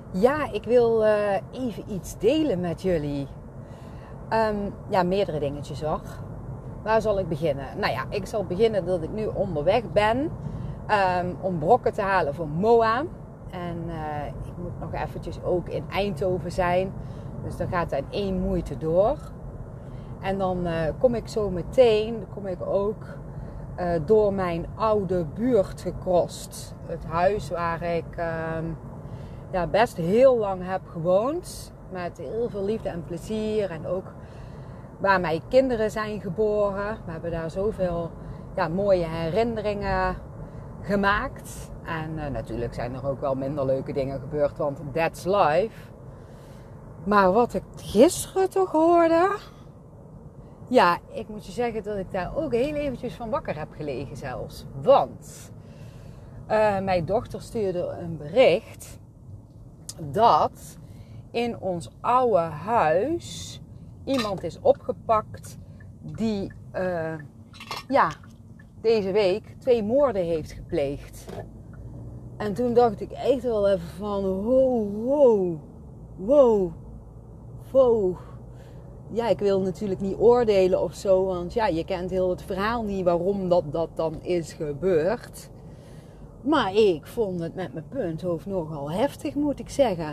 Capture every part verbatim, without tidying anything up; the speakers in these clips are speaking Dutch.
Ja, ik wil uh, even iets delen met jullie. Um, ja, meerdere dingetjes hoor. Waar zal ik beginnen? Nou ja, ik zal beginnen dat ik nu onderweg ben um, om brokken te halen voor M O A. En uh, ik moet nog eventjes ook in Eindhoven zijn. Dus dan gaat het in één moeite door. En dan uh, kom ik zo meteen, kom ik ook uh, door mijn oude buurt gecrossed. Het huis waar ik... Um, Ja, best heel lang heb gewoond. Met heel veel liefde en plezier. En ook waar mijn kinderen zijn geboren. We hebben daar zoveel ja, mooie herinneringen gemaakt. En uh, natuurlijk zijn er ook wel minder leuke dingen gebeurd. Want that's life. Maar wat ik gisteren toch hoorde. Ja, ik moet je zeggen dat ik daar ook heel eventjes van wakker heb gelegen zelfs. Want uh, mijn dochter stuurde een bericht dat in ons oude huis iemand is opgepakt die uh, ja, deze week twee moorden heeft gepleegd. En toen dacht ik echt wel even van wow, wow, wow, wow. Ja, ik wil natuurlijk niet oordelen of zo, want ja, je kent heel het verhaal niet waarom dat, dat dan is gebeurd. Maar ik vond het met mijn punthoofd nogal heftig, moet ik zeggen.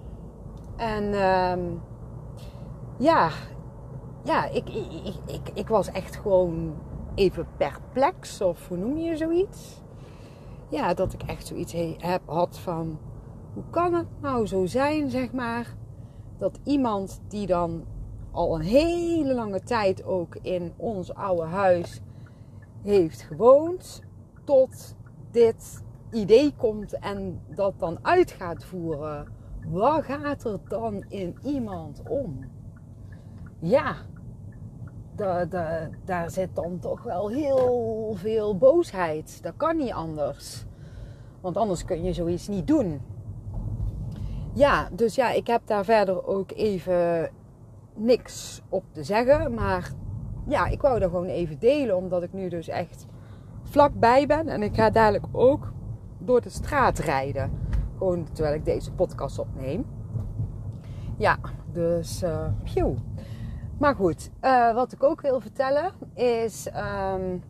En um, ja, ja ik, ik, ik, ik, ik was echt gewoon even perplex, of hoe noem je zoiets? Ja, dat ik echt zoiets heb, had van, hoe kan het nou zo zijn, zeg maar, dat iemand die dan al een hele lange tijd ook in ons oude huis heeft gewoond, tot dit idee komt en dat dan uit gaat voeren. Wat gaat er dan in iemand om? Ja, de, de, daar zit dan toch wel heel veel boosheid. Dat kan niet anders. Want anders kun je zoiets niet doen. Ja, dus ja, ik heb daar verder ook even niks op te zeggen. Maar ja, ik wou dat gewoon even delen. Omdat ik nu dus echt vlakbij ben. En ik ga dadelijk ook door de straat rijden. Gewoon terwijl ik deze podcast opneem. Ja, dus uh, phew. Maar goed, uh, wat ik ook wil vertellen is um,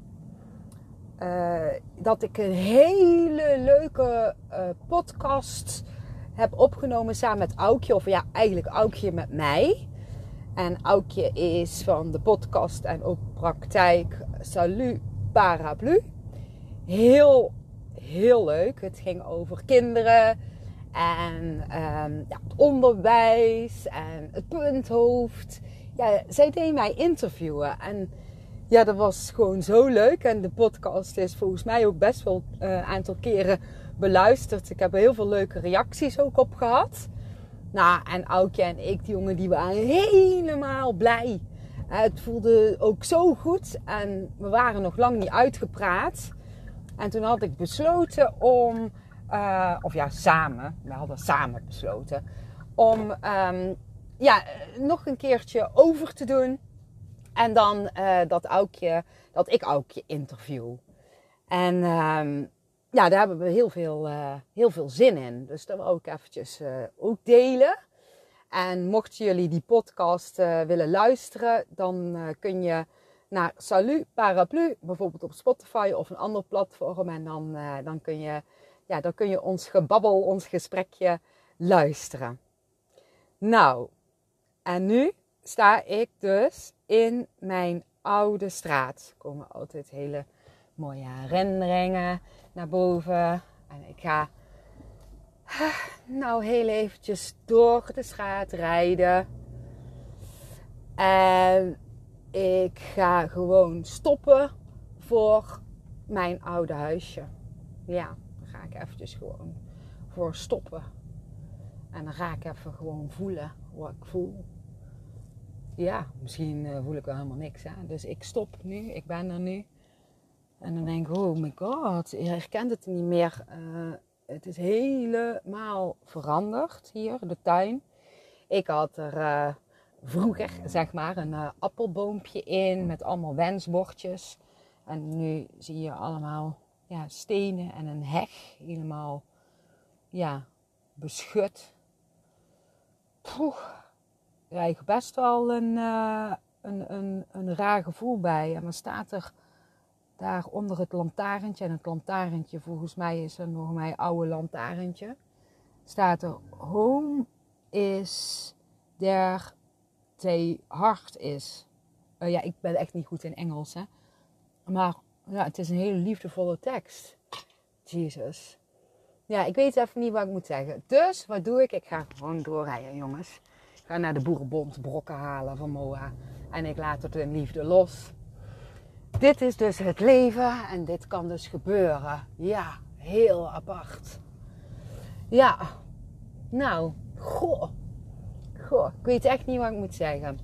uh, dat ik een hele leuke uh, podcast heb opgenomen samen met Aukje. Of ja, eigenlijk Aukje met mij. En Aukje is van de podcast en ook praktijk Salut Paraplu. Heel, heel leuk. Het ging over kinderen en um, ja, het onderwijs en het punthoofd. Ja, zij deed mij interviewen en ja, dat was gewoon zo leuk. En de podcast is volgens mij ook best wel een uh, aantal keren beluisterd. Ik heb er heel veel leuke reacties ook op gehad. Nou, en Aukje en ik, die jongen, die waren helemaal blij. Het voelde ook zo goed en we waren nog lang niet uitgepraat. En toen had ik besloten om, uh, of ja, samen, we hadden samen besloten, om um, ja, nog een keertje over te doen. En dan uh, dat, Aukje, dat ik Aukje interview. En um, ja, daar hebben we heel veel, uh, heel veel zin in. Dus dat wil ik eventjes uh, ook delen. En mochten jullie die podcast uh, willen luisteren, dan uh, kun je naar Salut Paraplu, bijvoorbeeld op Spotify of een ander platform. En dan, uh, dan, kun je, ja, dan kun je ons gebabbel, ons gesprekje luisteren. Nou, en nu sta ik dus in mijn oude straat. Er komen altijd hele mooie herinneringen naar boven. En ik ga nou heel eventjes door de straat rijden. En ik ga gewoon stoppen voor mijn oude huisje. Ja, daar ga ik eventjes gewoon voor stoppen. En dan ga ik even gewoon voelen wat ik voel. Ja, misschien uh, voel ik wel helemaal niks. Hè? Dus ik stop nu, ik ben er nu. En dan denk ik, oh my god, je herkent het niet meer. Uh, het is helemaal veranderd hier, de tuin. Ik had er uh, vroeger, zeg maar, een uh, appelboompje in met allemaal wensbordjes. En nu zie je allemaal ja, stenen en een heg, helemaal ja, beschut. poeh, krijg best wel een, uh, een, een, een raar gevoel bij. En dan staat er daar onder het lantaarntje, en het lantaarntje, volgens mij is er nog mijn oude lantaarntje, staat er: home is there they heart is. Uh, ja, ik ben echt niet goed in Engels, hè. Maar ja, het is een hele liefdevolle tekst. Jezus. Ja, ik weet even niet wat ik moet zeggen. Dus, wat doe ik? Ik ga gewoon doorrijden, jongens. Ik ga naar de Boerenbond brokken halen van Moa. En ik laat het in liefde los. Dit is dus het leven en dit kan dus gebeuren. Ja, heel apart. Ja, nou, goh. Goh, ik weet echt niet wat ik moet zeggen.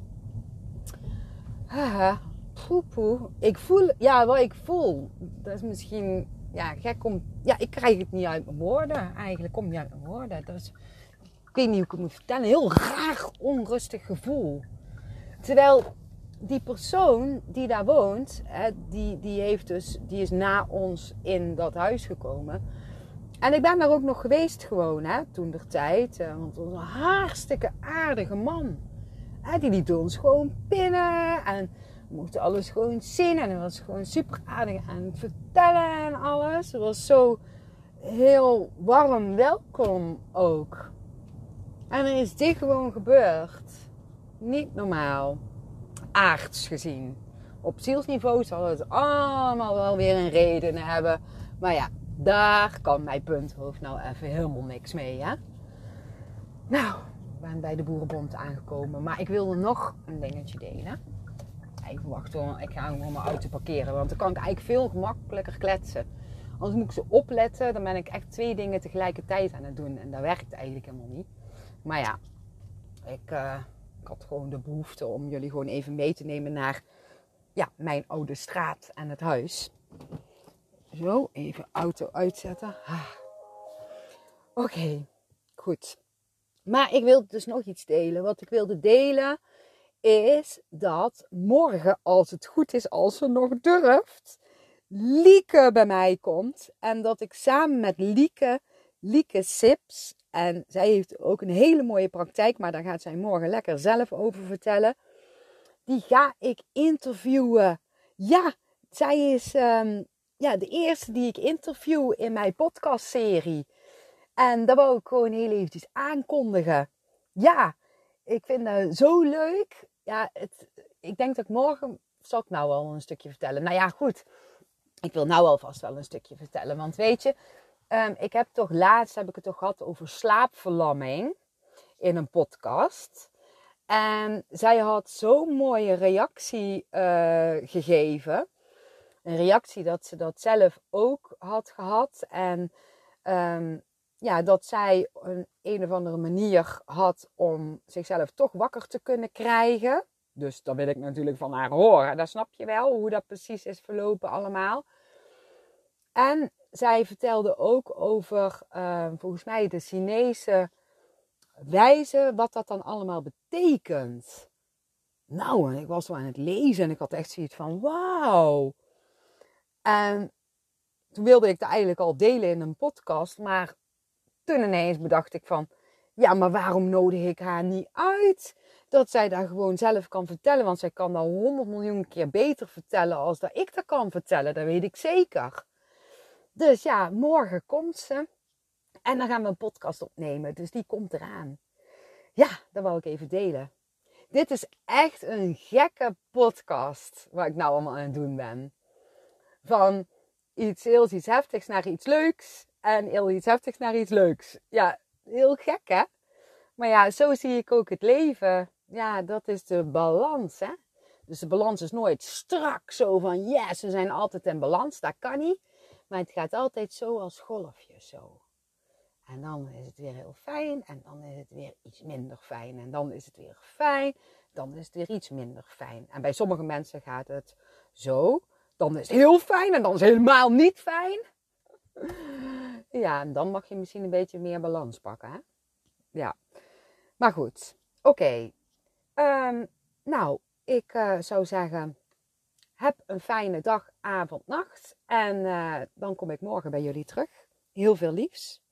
Haha, poe poe. Ik voel, ja, wat ik voel, dat is misschien, ja, gek om, ja, ik krijg het niet uit mijn woorden. Eigenlijk komt niet uit mijn woorden. Dat is, ik weet niet hoe ik het moet vertellen. Een heel raar, onrustig gevoel. Terwijl die persoon die daar woont, hè, die, die, heeft dus, die is na ons in dat huis gekomen. En ik ben daar ook nog geweest gewoon, hè, toen der tijd. Want het was een hartstikke aardige man. Hè, die liet ons gewoon pinnen. En we mochten alles gewoon zien. En hij was gewoon super aardig aan het vertellen en alles. Het was zo heel warm welkom ook. En er is dit gewoon gebeurd. Niet normaal. Aards gezien. Op zielsniveau zal het allemaal wel weer een reden hebben. Maar ja, daar kan mijn punthoofd nou even helemaal niks mee, hè. Nou, ik ben bij de Boerenbond aangekomen. Maar ik wilde nog een dingetje delen. Even wachten hoor. Ik ga gewoon mijn auto parkeren. Want dan kan ik eigenlijk veel gemakkelijker kletsen. Anders moet ik ze opletten. Dan ben ik echt twee dingen tegelijkertijd aan het doen. En dat werkt eigenlijk helemaal niet. Maar ja, ik, uh, ik had gewoon de behoefte om jullie gewoon even mee te nemen naar, ja, mijn oude straat en het huis. Zo, even auto uitzetten. Ah. Oké, okay, goed. Maar ik wilde dus nog iets delen. Wat ik wilde delen is dat morgen, als het goed is, als ze nog durft, Lieke bij mij komt. En dat ik samen met Lieke, Lieke Sips, en zij heeft ook een hele mooie praktijk, maar daar gaat zij morgen lekker zelf over vertellen. Die ga ik interviewen. Ja, zij is um, ja, de eerste die ik interview in mijn podcastserie. En dat wou ik gewoon heel eventjes aankondigen. Ja, ik vind dat zo leuk. Ja, het, ik denk dat ik morgen, zal ik nou al een stukje vertellen. Nou ja, goed. Ik wil nou alvast wel een stukje vertellen. Want weet je, um, ik heb toch laatst, heb ik het toch gehad over slaapverlamming in een podcast. En zij had zo'n mooie reactie uh, gegeven. Een reactie dat ze dat zelf ook had gehad. En um, ja, dat zij een een of andere manier had om zichzelf toch wakker te kunnen krijgen. Dus dat wil ik natuurlijk van haar horen. Dat snap je wel, hoe dat precies is verlopen allemaal. En zij vertelde ook over, uh, volgens mij, de Chinese wijze, wat dat dan allemaal betekent. Nou, en ik was zo aan het lezen en ik had echt zoiets van, wauw. En toen wilde ik dat eigenlijk al delen in een podcast, maar toen ineens bedacht ik van, ja, maar waarom nodig ik haar niet uit? Dat zij dat gewoon zelf kan vertellen, want zij kan dat honderd miljoen keer beter vertellen als dat ik dat kan vertellen, dat weet ik zeker. Dus ja, morgen komt ze en dan gaan we een podcast opnemen, dus die komt eraan. Ja, dat wou ik even delen. Dit is echt een gekke podcast, wat ik nou allemaal aan het doen ben. Van iets heel iets heftigs naar iets leuks en heel iets heftigs naar iets leuks. Ja, heel gek hè? Maar ja, zo zie ik ook het leven. Ja, dat is de balans hè. Dus de balans is nooit strak zo van yes, we zijn altijd in balans. Dat kan niet. Maar het gaat altijd zo als golfjes zo. En dan is het weer heel fijn. En dan is het weer iets minder fijn. En dan is het weer fijn. Dan is het weer iets minder fijn. En bij sommige mensen gaat het zo. Dan is het heel fijn. En dan is het helemaal niet fijn. Ja, en dan mag je misschien een beetje meer balans pakken. Hè? Ja. Maar goed. Oké. Okay. Um, nou, ik uh, zou zeggen, heb een fijne dag, avond, nacht. En uh, dan kom ik morgen bij jullie terug. Heel veel liefs.